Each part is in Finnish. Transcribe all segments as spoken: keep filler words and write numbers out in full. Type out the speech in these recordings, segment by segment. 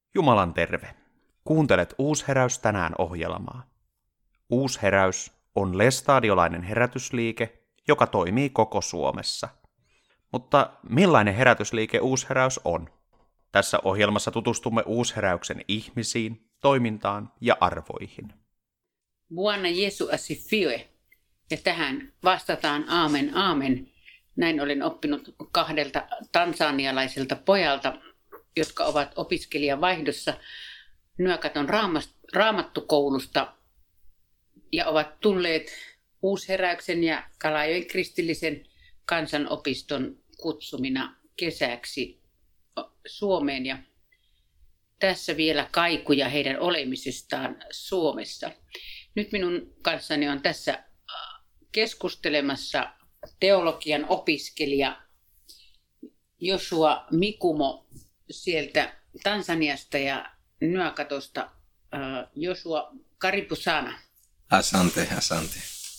Jumalan terve. Kuuntelet Uusheräys tänään -ohjelmaa. Uusheräys on lestadiolainen herätysliike, joka toimii koko Suomessa. Mutta millainen herätysliike Uusheräys on? Tässä ohjelmassa tutustumme Uusheräyksen ihmisiin, toimintaan ja arvoihin. Buona Jesu asifioe. Ja tähän vastataan aamen, aamen. Näin olen oppinut kahdelta tansanialaiselta pojalta, jotka ovat opiskelijavaihdossa Nyakaton raamattukoulusta ja ovat tulleet Uusheräyksen ja Kalajoen kristillisen kansanopiston kutsumina kesäksi Suomeen. Ja tässä vielä kaikuja heidän olemisestaan Suomessa. Nyt minun kanssani on tässä keskustelemassa teologian opiskelija Joshua Mikumo sieltä Tansaniasta ja Nyakatosta. Joshua, karibu sana. Asante, asante.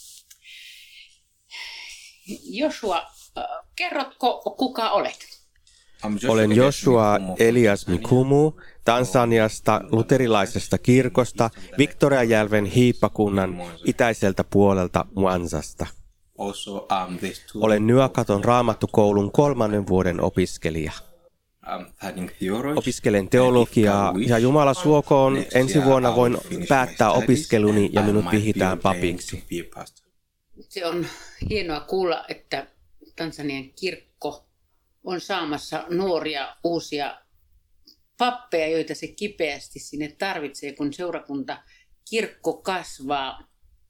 Joshua, kerrotko kuka olet? Olen Joshua Elias Mikumu Tansaniasta luterilaisesta kirkosta Victoriajärven hiippakunnan itäiseltä puolelta Mwanzasta. Olen Nyakaton raamattukoulun kolmannen vuoden opiskelija. Opiskelen teologiaa ja Jumala suokoon ensi vuonna voin päättää opiskeluni ja minut vihitään papiksi. Se on hienoa kuulla, että Tansanian kirkko on saamassa nuoria uusia pappeja, joita se kipeästi sinne tarvitsee, kun seurakunta kirkko kasvaa.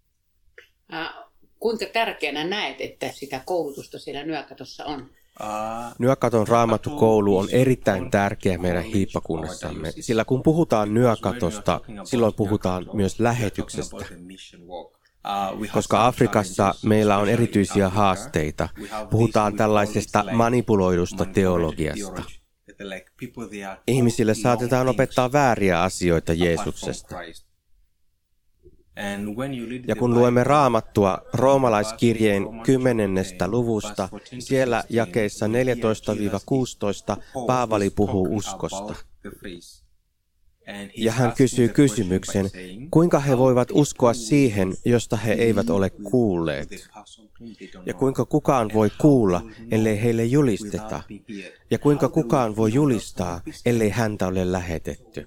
Kuinka tärkeänä näet, että sitä koulutusta siellä Nyakatossa on? Nyakaton raamattukoulu on erittäin tärkeä meidän hiippakunnassamme, sillä kun puhutaan Nyakatosta, silloin puhutaan myös lähetyksestä. Koska Afrikassa meillä on erityisiä haasteita, puhutaan tällaisesta manipuloidusta teologiasta. Ihmisille saatetaan opettaa vääriä asioita Jeesuksesta. Ja kun luemme Raamattua roomalaiskirjeen kymmenennestä luvusta, siellä jakeissa neljätoista kuusitoista Paavali puhuu uskosta. Ja hän kysyy kysymyksen, kuinka he voivat uskoa siihen, josta he eivät ole kuulleet? Ja kuinka kukaan voi kuulla, ellei heille julisteta? Ja kuinka kukaan voi julistaa, ellei häntä ole lähetetty?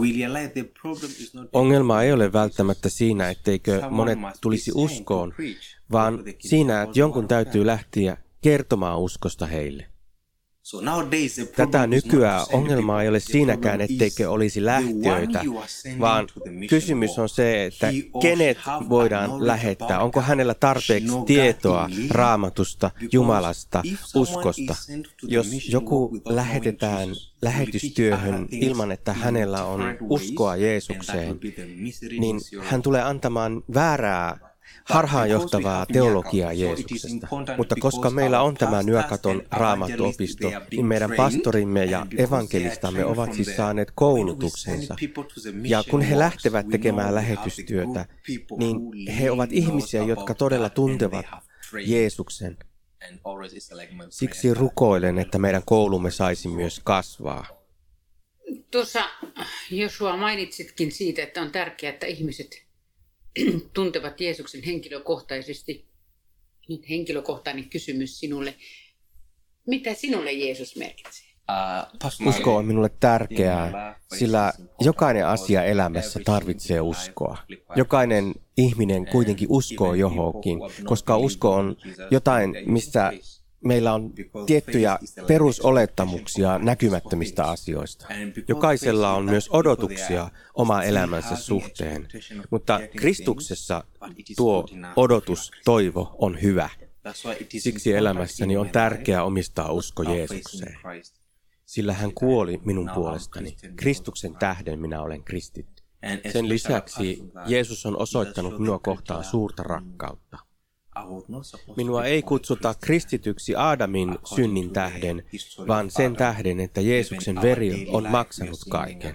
Ongelma ei ole välttämättä siinä, etteikö monet tulisi uskoon, vaan siinä, että jonkun täytyy lähteä kertomaan uskosta heille. Tätä nykyään ongelma ei ole siinäkään, etteikö olisi lähtiöitä, vaan kysymys on se, että kenet voidaan lähettää. Onko hänellä tarpeeksi tietoa Raamatusta, Jumalasta, uskosta? Jos joku lähetetään lähetystyöhön ilman, että hänellä on uskoa Jeesukseen, niin hän tulee antamaan väärää harhaanjohtavaa teologiaa Jeesuksesta. Mutta koska meillä on tämä Nyakaton raamattuopisto, niin meidän pastorimme ja evankelistamme ovat siis saaneet koulutuksensa. Ja kun he lähtevät tekemään lähetystyötä, niin he ovat ihmisiä, jotka todella tuntevat Jeesuksen. Siksi rukoilen, että meidän koulumme saisi myös kasvaa. Tuossa Joshua mainitsitkin siitä, että on tärkeää, että ihmiset tuntevat Jeesuksen henkilökohtaisesti. Nyt henkilökohtainen kysymys sinulle. Mitä sinulle Jeesus merkitsee? Usko on minulle tärkeää, sillä jokainen asia elämässä tarvitsee uskoa. Jokainen ihminen kuitenkin uskoo johonkin, koska usko on jotain, mistä meillä on tiettyjä perusolettamuksia näkymättömistä asioista. Jokaisella on myös odotuksia oma elämänsä suhteen, mutta Kristuksessa tuo odotus, toivo on hyvä. Siksi elämässäni on tärkeää omistaa usko Jeesukseen, sillä hän kuoli minun puolestani. Kristuksen tähden minä olen kristitty. Sen lisäksi Jeesus on osoittanut minua kohtaan suurta rakkautta. Minua ei kutsuta kristityksi Aadamin synnin tähden, vaan sen tähden, että Jeesuksen veri on maksanut kaiken.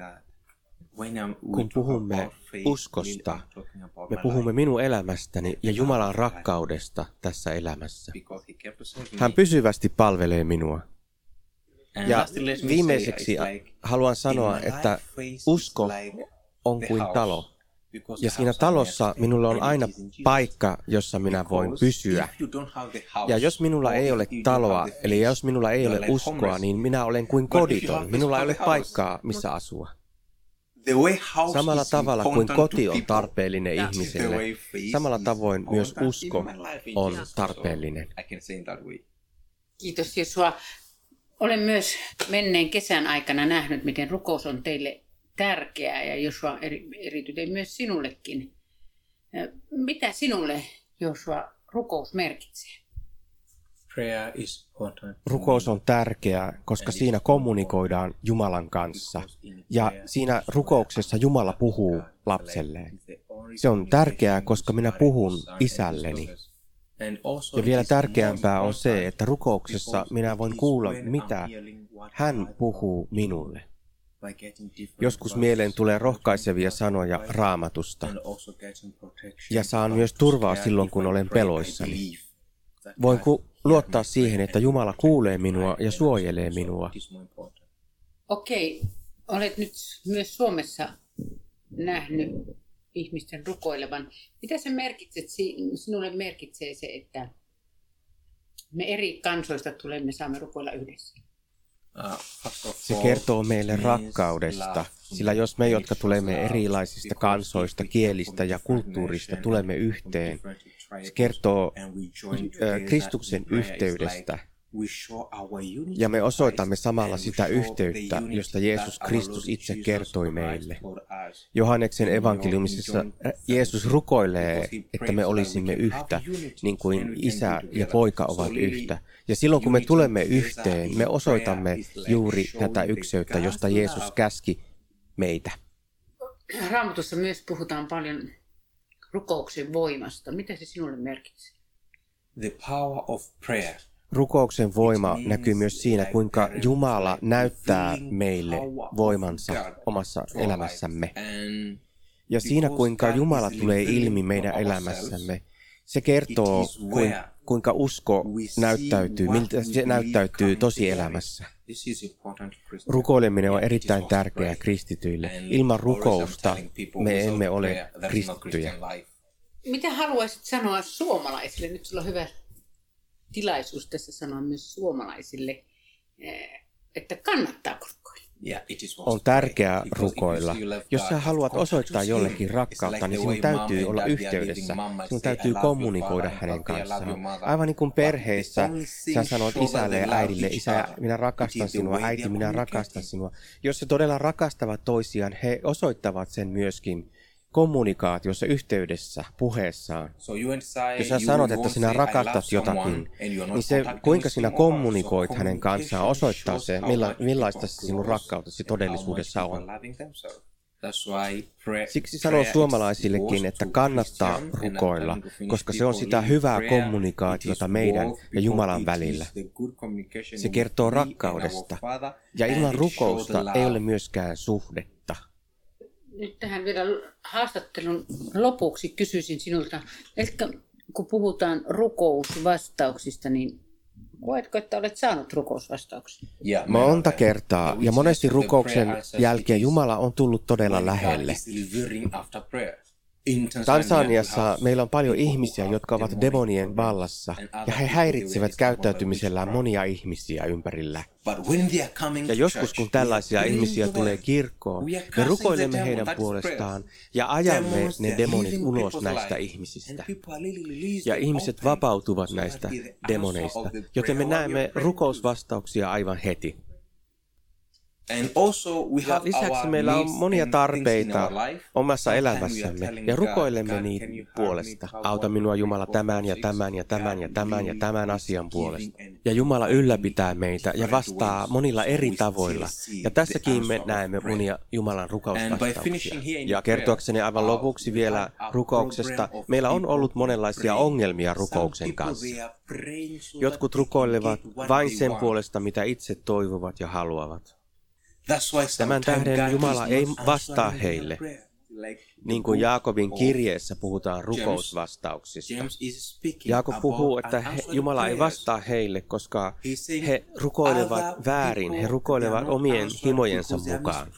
Kun puhumme uskosta, me puhumme minun elämästäni ja Jumalan rakkaudesta tässä elämässä. Hän pysyvästi palvelee minua. Ja viimeiseksi haluan sanoa, että usko on kuin talo. Ja siinä talossa minulla on aina paikka, jossa minä voin pysyä. Ja jos minulla ei ole taloa, eli jos minulla ei ole uskoa, niin minä olen kuin koditon. Minulla ei ole paikkaa, missä asua. Samalla tavalla kuin koti on tarpeellinen ihmiselle, samalla tavoin myös usko on tarpeellinen. Kiitos Jesua. Olen myös menneen kesän aikana nähnyt, miten rukous on teille tärkeää ja Josua erityisesti myös sinullekin. Mitä sinulle, Josua, rukous merkitsee? Rukous on tärkeää, koska siinä kommunikoidaan Jumalan kanssa. Ja siinä rukouksessa Jumala puhuu lapselleen. Se on tärkeää, koska minä puhun isälleni. Ja vielä tärkeämpää on se, että rukouksessa minä voin kuulla, mitä hän puhuu minulle. Joskus mieleen tulee rohkaisevia sanoja Raamatusta. Ja saan myös turvaa silloin, kun olen peloissani. Voin ku- luottaa siihen, että Jumala kuulee minua ja suojelee minua. Okei, olet nyt myös Suomessa nähnyt ihmisten rukoilevan. Mitä se merkitset, sinulle merkitsee se, että me eri kansoista tulemme, saamme rukoilla yhdessä? Se kertoo meille rakkaudesta, sillä jos me, jotka tulemme erilaisista kansoista, kielistä ja kulttuurista, tulemme yhteen, se kertoo äh, Kristuksen yhteydestä. Ja me osoitamme samalla sitä yhteyttä, josta Jeesus Kristus itse kertoi meille. Johanneksen evankeliumisessa Jeesus rukoilee, että me olisimme yhtä, niin kuin isä ja poika ovat yhtä. Ja silloin kun me tulemme yhteen, me osoitamme juuri tätä ykseyttä, josta Jeesus käski meitä. Raamatussa myös puhutaan paljon rukouksen voimasta. Mitä se sinulle merkitsee? The power of prayer. Rukouksen voima näkyy myös siinä, kuinka Jumala näyttää meille voimansa omassa elämässämme. Ja siinä, kuinka Jumala tulee ilmi meidän elämässämme, se kertoo, kuinka usko näyttäytyy, miltä se näyttäytyy tosielämässä. Rukoileminen on erittäin tärkeää kristityille. Ilman rukousta me emme ole kristittyjä. Mitä haluaisit sanoa suomalaisille? Nyt sulla on hyvä tilaisuus tässä sanoa myös suomalaisille, että kannattaa rukoilla. On tärkeää rukoilla. Jos sä haluat osoittaa jollekin rakkautta, niin sinun täytyy olla yhteydessä. Sinun täytyy kommunikoida hänen kanssaan. Aivan niin kuin perheessä sä sanot isälle ja äidille, isä, minä rakastan sinua, äiti, minä rakastan sinua. Jos he todella rakastavat toisiaan, he osoittavat sen myöskin kommunikaatiossa, yhteydessä, puheessaan. Jos sä sanot, että sinä rakastat jotakin, niin se, kuinka sinä kommunikoit hänen kanssaan, osoittaa se, millaista se sinun rakkautesi todellisuudessa on. Siksi sanon suomalaisillekin, että kannattaa rukoilla, koska se on sitä hyvää kommunikaatiota meidän ja Jumalan välillä. Se kertoo rakkaudesta, ja ilman rukousta ei ole myöskään suhdetta. Nyt tähän vielä haastattelun lopuksi kysyisin sinulta, että kun puhutaan rukousvastauksista, niin koetko, että olet saanut rukousvastauksia? Monta kertaa, ja monesti rukouksen jälkeen Jumala on tullut todella lähelle. Tansaniassa meillä on paljon ihmisiä, jotka ovat demonien vallassa, ja he häiritsevät käyttäytymisellään monia ihmisiä ympärillä. Ja joskus, kun tällaisia ihmisiä tulee kirkkoon, me rukoilemme heidän puolestaan ja ajamme ne demonit ulos näistä ihmisistä. Ja ihmiset vapautuvat näistä demoneista, joten me näemme rukousvastauksia aivan heti. Ja lisäksi meillä on monia tarpeita omassa elämässämme ja rukoilemme niiden puolesta. Auta minua Jumala tämän ja tämän ja tämän ja tämän ja tämän asian puolesta. Ja Jumala ylläpitää meitä ja vastaa monilla eri tavoilla. Ja tässäkin me näemme monia Jumalan rukousvastauksia. Ja kertoakseni aivan lopuksi vielä rukouksesta, meillä on ollut monenlaisia ongelmia rukouksen kanssa. Jotkut rukoilevat vain sen puolesta, mitä itse toivovat ja haluavat. Tämän tähden Jumala ei vastaa heille. Niin kuin Jaakobin kirjeessä puhutaan rukousvastauksista. Jaakob puhuu, että he, Jumala ei vastaa heille, koska he rukoilevat väärin, he rukoilevat omien himojensa mukaan.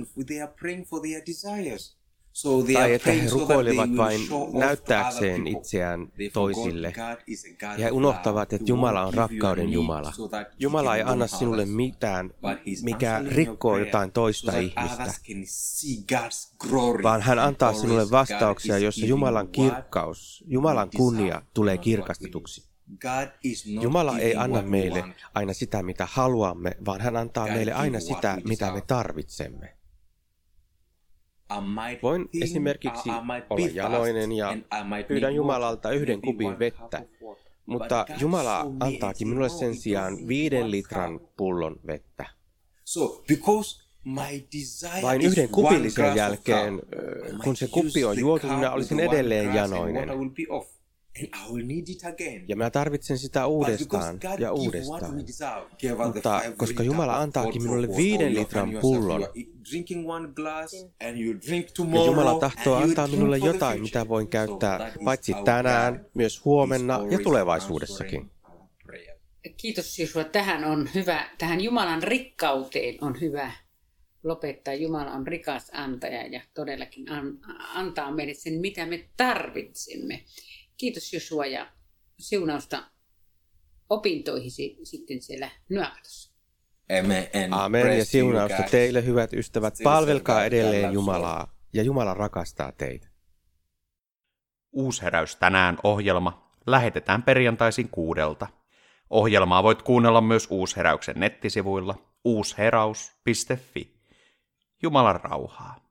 Tai että he rukoilevat vain näyttääkseen itseään toisille. Ja he unohtavat, että Jumala on rakkauden Jumala. Jumala ei anna sinulle mitään, mikä rikkoo jotain toista ihmistä, vaan hän antaa sinulle vastauksia, jossa Jumalan kirkkaus, Jumalan kunnia tulee kirkastetuksi. Jumala ei anna meille aina sitä, mitä haluamme, vaan hän antaa meille aina sitä, mitä me tarvitsemme. Voin esimerkiksi olla janoinen ja pyydän Jumalalta yhden kupin vettä, mutta Jumala antaakin minulle sen sijaan viiden litran pullon vettä. Vain yhden kupillisen jälkeen, kun se kuppi on juotu, minä olisin edelleen janoinen. Ja minä tarvitsen sitä uudestaan ja uudestaan. Mutta koska Jumala antaakin minulle viiden litran pullon, ja Jumala tahtoo antaa minulle jotain, mitä voin käyttää paitsi tänään, myös huomenna ja tulevaisuudessakin. Kiitos Joshua. Tähän on hyvä, tähän Jumalan rikkauteen on hyvä lopettaa. Jumala on rikas antaja ja todellakin an, antaa meille sen, mitä me tarvitsemme. Kiitos Joshua ja siunausta opintoihisi sitten siellä Nuakatossa. Amen ja siunausta teille, hyvät ystävät. Palvelkaa edelleen Jumalaa ja Jumala rakastaa teitä. Uusheräys tänään -ohjelma lähetetään perjantaisin kuudelta. Ohjelmaa voit kuunnella myös Uusheräyksen nettisivuilla uusheraus piste fi. Jumalan rauhaa.